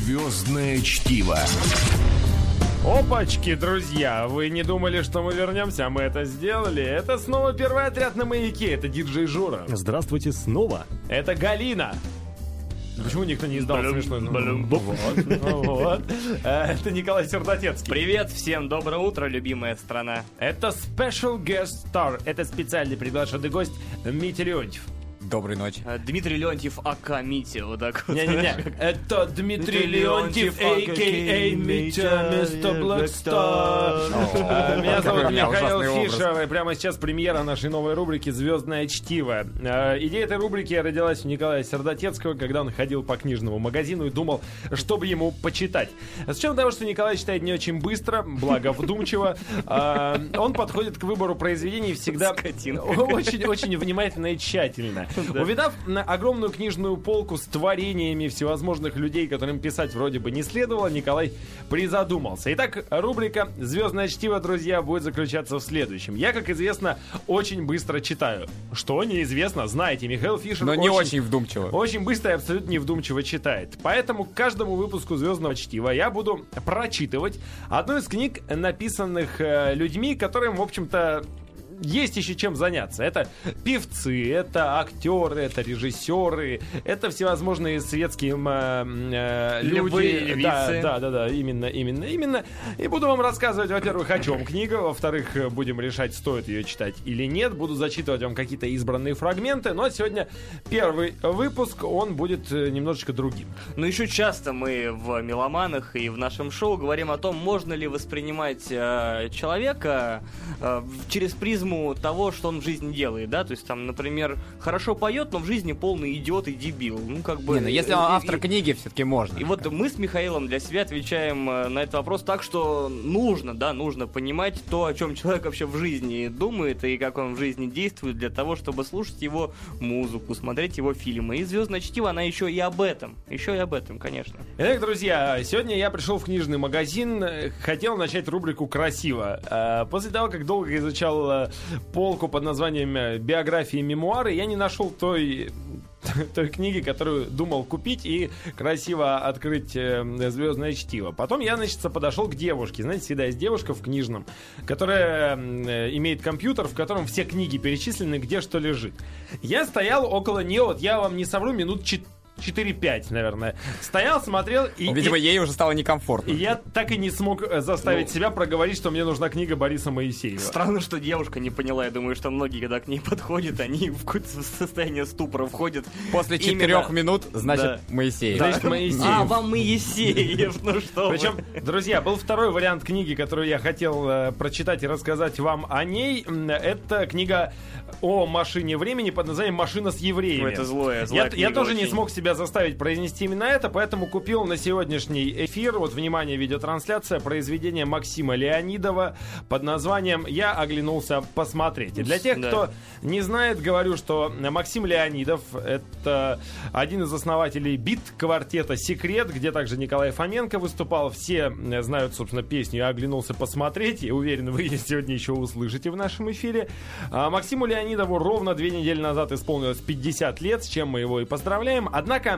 Звездное чтиво. Опачки, друзья, вы не думали, что мы вернемся, а мы это сделали. Это снова первый отряд на маяке, это диджей Жора. Здравствуйте снова. Это Галина. Почему никто не издал смешной? Вот. Это Николай Сердотецкий. Привет всем, доброе утро, любимая страна. Это Special Guest Star, это специальный приглашенный гость Митя Леонтьев. Доброй ночи. Дмитрий Леонтьев, АК Митя, вот так вот. Не-не-не, это Дмитрий Леонтьев, а.к.а. Митя, Мистер Блэкстар. Меня зовут Михаил Фишер, и прямо сейчас премьера нашей новой рубрики «Звездное чтиво». Идея этой рубрики родилась у Николая Сердотецкого, когда он ходил по книжному магазину и думал, чтобы ему почитать. С учетом того, что Николай читает не очень быстро, благо вдумчиво, он подходит к выбору произведений всегда очень внимательно и тщательно. Да. Увидав огромную книжную полку с творениями всевозможных людей, которым писать вроде бы не следовало, Николай призадумался. Итак, рубрика «Звездное чтиво», друзья, будет заключаться в следующем. Я, как известно, очень быстро читаю. Что неизвестно, знаете, Михаил Фишер но не очень вдумчиво. Очень быстро и абсолютно не вдумчиво читает. Поэтому к каждому выпуску «Звездного чтива» я буду прочитывать одну из книг, написанных людьми, которым, в общем-то, есть еще чем заняться. Это певцы, это актеры, это режиссеры, это всевозможные светские люди. Да, именно. И буду вам рассказывать, во-первых, о чем книга, во-вторых, будем решать, стоит ее читать или нет. Буду зачитывать вам какие-то избранные фрагменты. Но сегодня первый выпуск, он будет немножечко другим. Ну, еще часто мы в «Меломанах» и в нашем шоу говорим о том, можно ли воспринимать человека через призму того, что он в жизни делает, да, то есть там, например, хорошо поет, но в жизни полный идиот и дебил, ну как бы. Не, ну если он автор книги, все-таки можно. И вот мы с Михаилом для себя отвечаем на этот вопрос так, что нужно понимать то, о чем человек вообще в жизни думает и как он в жизни действует для того, чтобы слушать его музыку, смотреть его фильмы. И «Звездное чтиво», она еще и об этом, конечно. Итак, друзья, сегодня я пришел в книжный магазин, хотел начать рубрику «Красиво». После того, как долго изучал полку под названием «Биографии и мемуары», я не нашел той книги, которую думал купить и красиво открыть «Звездное чтиво». Потом я, подошел к девушке. Знаете, всегда есть девушка в книжном, которая имеет компьютер, в котором все книги перечислены, где что лежит. Я стоял около нее, я вам не совру, минут 4-5, наверное. Стоял, смотрел и... Видимо, ей уже стало некомфортно. И я так и не смог заставить себя проговорить, что мне нужна книга Бориса Моисеева. Странно, что девушка не поняла. Я думаю, что многие, когда к ней подходят, они в какое-то состояние ступора входят. После 4 минут, значит, да. Моисеев. Значит, Моисеев. А, вам Моисеев, ну что вы. Причем, друзья, был второй вариант книги, которую я хотел прочитать и рассказать вам о ней. Это книга о машине времени под названием «Машина с евреями». Это злая я тоже очень. не смог себя заставить произнести именно это, поэтому купил на сегодняшний эфир, вот, внимание, видеотрансляция, произведение Максима Леонидова под названием «Я оглянулся посмотреть». И для тех, кто не знает, говорю, что Максим Леонидов — это один из основателей бит-квартета «Секрет», где также Николай Фоменко выступал. Все знают, собственно, песню «Я оглянулся посмотреть», и уверен, вы ее сегодня еще услышите в нашем эфире. Максиму Леонидову ровно 2 недели назад исполнилось 50 лет, с чем мы его и поздравляем. Однако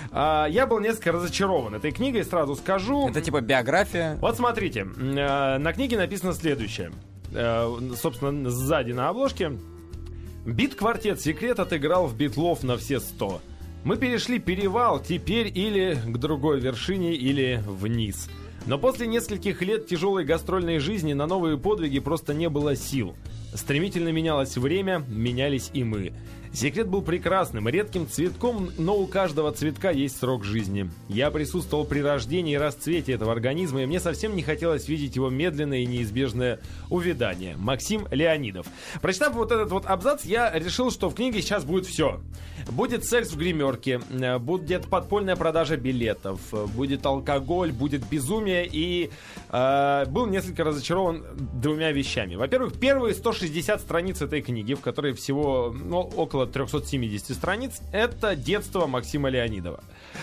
я был несколько разочарован этой книгой, сразу скажу. Это типа биография? Вот смотрите, на книге написано следующее. Собственно, сзади на обложке: «Бит-квартет «Секрет» отыграл в Битлов на все 100. Мы перешли перевал, теперь или к другой вершине, или вниз. Но после нескольких лет тяжелой гастрольной жизни на новые подвиги просто не было сил. Стремительно менялось время, менялись и мы. Секрет был прекрасным, редким цветком, но у каждого цветка есть срок жизни. Я присутствовал при рождении и расцвете этого организма, и мне совсем не хотелось видеть его медленное и неизбежное увядание. Максим Леонидов». Прочитав вот этот вот абзац, я решил, что в книге сейчас будет все. Будет секс в гримерке, будет подпольная продажа билетов, будет алкоголь, будет безумие, и был несколько разочарован 2 вещами. Во-первых, первые 160 страниц этой книги, в которой всего около 370 страниц, это детство Максима Леонидова.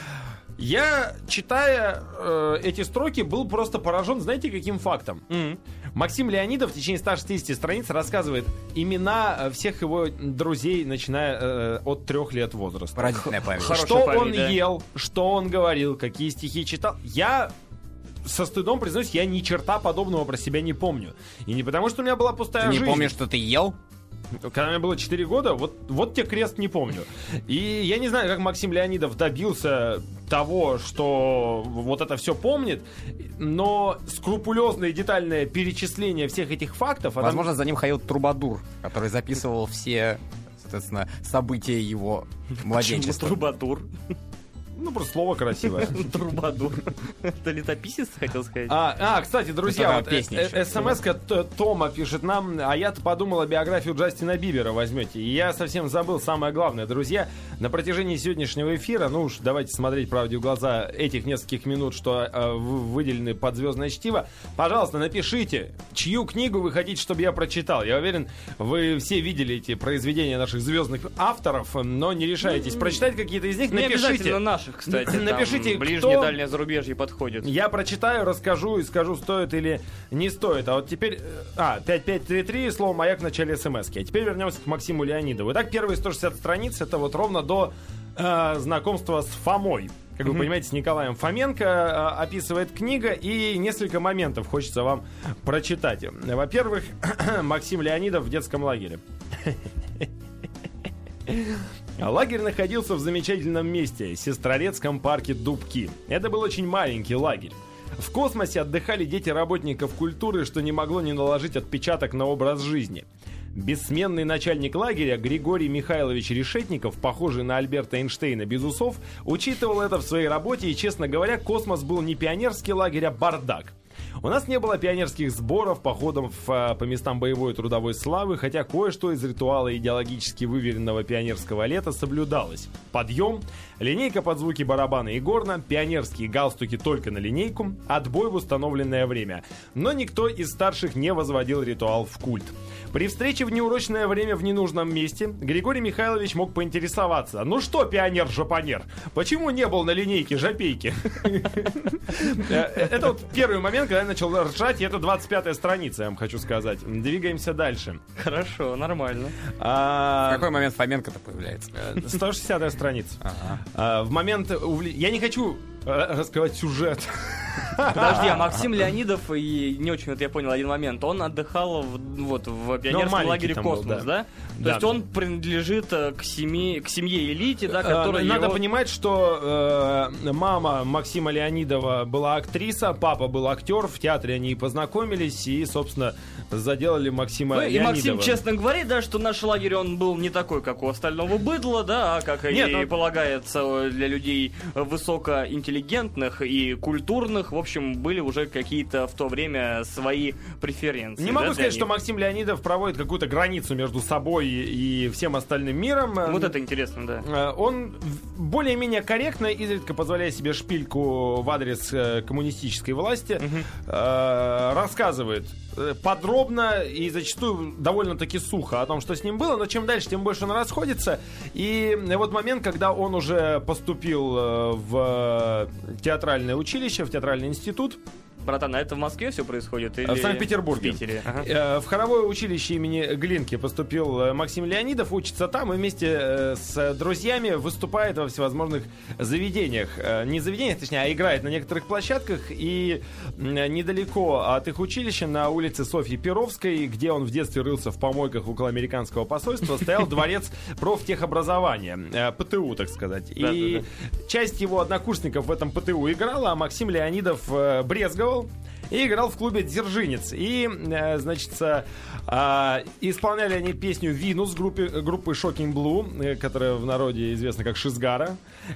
Я, читая эти строки, был просто поражен, знаете, каким фактом? Максим Леонидов в течение 160 страниц рассказывает имена всех его друзей, начиная от 3 лет возраста. Поразительная память. Что он ел, что он говорил, какие стихи читал. Я со стыдом признаюсь, я ни черта подобного про себя не помню. И не потому, что у меня была пустая Ты жизнь. не помнишь, что ты ел? Когда мне было 4 года, вот тебе крест не помню. И я не знаю, как Максим Леонидов добился того, что вот это все помнит, но скрупулезное и детальное перечисление всех этих фактов... Возможно, за ним ходил Трубадур, который записывал все, соответственно, события его младенчества. Почему Трубадур? Ну, просто слово красивое. Трубадур. Это летописец, хотел сказать. Кстати, друзья, смс-ка Тома пишет нам, а я-то подумал о биографию Джастина Бибера возьмете. И я совсем забыл самое главное, друзья. На протяжении сегодняшнего эфира, ну уж давайте смотреть правде в глаза этих нескольких минут, что выделены под звездное чтиво. Пожалуйста, напишите, чью книгу вы хотите, чтобы я прочитал. Я уверен, вы все видели эти произведения наших звездных авторов, но не решаетесь прочитать какие-то из них. Не напишите. обязательно наших, кстати. Напишите, ближнее, дальнее зарубежье подходит. Я прочитаю, расскажу и скажу, стоит или не стоит. А вот теперь... 5533, слово «Маяк» в начале смс-ки. А теперь вернемся к Максиму Леонидову. Итак, первые 160 страниц, это вот ровно до знакомства с Фомой. Как вы понимаете, с Николаем Фоменко описывает книга, и несколько моментов хочется вам прочитать. Во-первых, Максим Леонидов в детском лагере. Лагерь находился в замечательном месте, Сестрорецком парке Дубки. Это был очень маленький лагерь. В космосе отдыхали дети работников культуры, что не могло не наложить отпечаток на образ жизни. Бессменный начальник лагеря Григорий Михайлович Решетников, похожий на Альберта Эйнштейна без усов, учитывал это в своей работе, и, честно говоря, космос был не пионерский лагерь, а бардак. У нас не было пионерских сборов, походов по местам боевой и трудовой славы, хотя кое-что из ритуала идеологически выверенного пионерского лета соблюдалось. Подъем, линейка под звуки барабана и горна, пионерские галстуки только на линейку, отбой в установленное время. Но никто из старших не возводил ритуал в культ. При встрече в неурочное время в ненужном месте Григорий Михайлович мог поинтересоваться: ну что, пионер-жопанер, почему не был на линейке жопейки? Это вот первый момент, когда я начал ржать, и это 25-я страница, я вам хочу сказать. Двигаемся дальше. Хорошо, нормально. В какой момент Фоменко-то появляется? 160-я страница. В момент... Я не хочу раскрывать сюжет. Подожди, а Максим Леонидов, и не очень вот я понял один момент, он отдыхал в пионерском лагере «Космос», да? То есть он принадлежит к семье элите, да, которая Надо понимать, что мама Максима Леонидова была актриса, папа был актер, в театре они и познакомились, и, собственно, заделали Максима Леонидова. И Максим честно говорит, да, что наш лагерь, он был не такой, как у остального быдла, да, как и полагается для людей высокоинтеллигентных и культурных. В общем, были уже какие-то в то время свои преференции. Не могу сказать, что Максим Леонидов проводит какую-то границу между собой и всем остальным миром. Вот это интересно, да. Он более-менее корректно, изредка позволяя себе шпильку в адрес коммунистической власти, рассказывает подробно и зачастую довольно-таки сухо о том, что с ним было, но чем дальше, тем больше он расходится. И вот момент, когда он уже поступил в театральное училище, в театральный институт. Братан, а это в Москве все происходит? Или в Санкт-Петербурге. В Питере. Ага. В хоровое училище имени Глинки поступил Максим Леонидов, учится там и вместе с друзьями выступает во всевозможных заведениях. Не заведениях, точнее, а играет на некоторых площадках. И недалеко от их училища, на улице Софьи Перовской, где он в детстве рылся в помойках около американского посольства, стоял дворец профтехобразования, ПТУ, так сказать. И часть его однокурсников в этом ПТУ играла, а Максим Леонидов брезговал и играл в клубе «Дзержинец». И, значит, исполняли они песню «Винус» группы Shocking Blue, которая в народе известна как «Шизгара».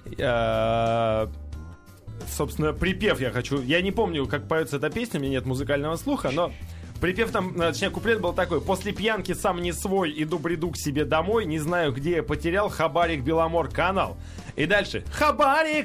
Собственно, припев я не помню, как поется эта песня, у меня нет музыкального слуха, но припев там, точнее, куплет был такой: «После пьянки сам не свой, иду бреду к себе домой, не знаю, где я потерял, хабарик Беломор канал. И дальше. Хабарик!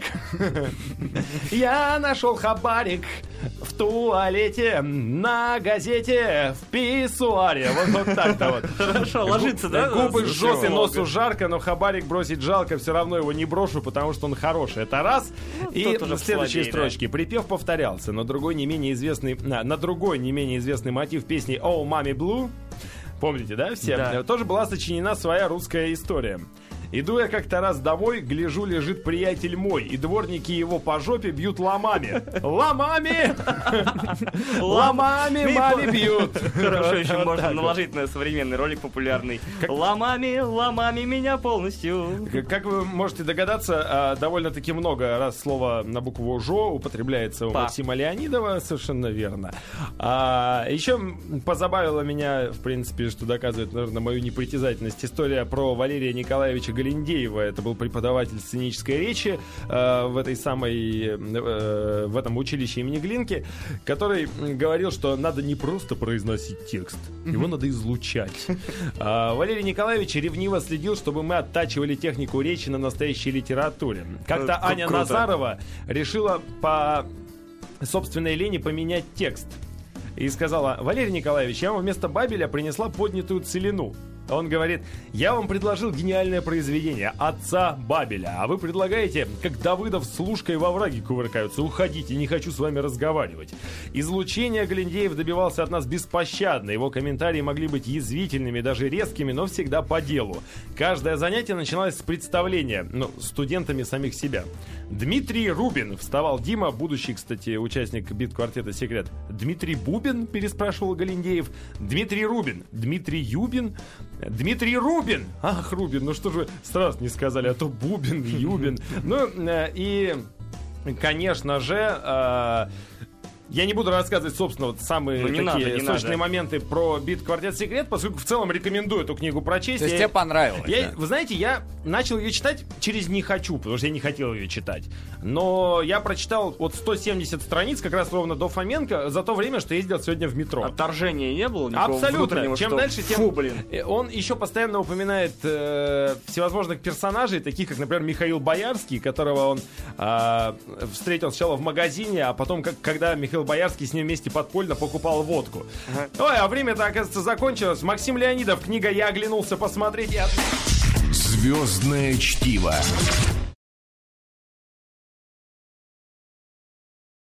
Я нашел хабарик в туалете, на газете, в писсуаре. Вот так-то вот. Хорошо, ложится, да? Губы жжет и носу жарко, но хабарик бросить жалко, все равно его не брошу, потому что он хороший. Это раз. И в следующей строчке. Припев повторялся, на другой не менее известный мотив песни «Oh, Mommy Blue». Помните, да, все? Да. Тоже была сочинена своя русская история. Иду я как-то раз домой, гляжу, лежит приятель мой, и дворники его по жопе бьют ломами. Ломами! Ломами маме бьют! Хорошо, еще можно наложить на современный ролик популярный. Ломами меня полностью. Как вы можете догадаться, довольно-таки много раз слово на букву «жо» употребляется у Максима Леонидова, совершенно верно. Еще позабавила меня, в принципе, что доказывает, наверное, мою непритязательность, история про Валерия Николаевича Галиндеева. Это был преподаватель сценической речи в этом училище имени Глинки, который говорил, что надо не просто произносить текст, его надо излучать. Валерий Николаевич ревниво следил, чтобы мы оттачивали технику речи на настоящей литературе. Как-то Аня Назарова решила по собственной лени поменять текст и сказала: Валерий Николаевич, я вам вместо Бабеля принесла поднятую целину. Он говорит: я вам предложил гениальное произведение «Отца Бабеля», а вы предлагаете, как Давыдов с Лужкой во враге кувыркаются. Уходите, не хочу с вами разговаривать. Излучение Галиндеев добивался от нас беспощадно. Его комментарии могли быть язвительными, даже резкими, но всегда по делу. Каждое занятие начиналось с представления, студентами самих себя. Дмитрий Рубин, вставал Дима, будущий, кстати, участник бит-квартета «Секрет». Дмитрий Бубин, переспрашивал Галиндеев. Дмитрий Рубин. Дмитрий Юбин. Дмитрий Рубин! Ах, Рубин, ну что же вы сразу не сказали, а то Бубин, Юбин. И, конечно же, я не буду рассказывать, собственно, самые такие сочные моменты про бит-квартет «Секрет», поскольку в целом рекомендую эту книгу прочесть. То есть тебе понравилось? Вы знаете, я начал ее читать через «не хочу», потому что я не хотел ее читать. Но я прочитал 170 страниц как раз ровно до Фоменко за то время, что ездил сегодня в метро. Отторжения не было? Абсолютно. Чем дальше, тем... блин. Он еще постоянно упоминает всевозможных персонажей, таких как, например, Михаил Боярский, которого он встретил сначала в магазине, а потом, когда Михаил Боярский с ним вместе подпольно покупал водку. Ой, а время-то, оказывается, закончилось. Максим Леонидов, книга «Я оглянулся посмотреть». Звездное чтиво.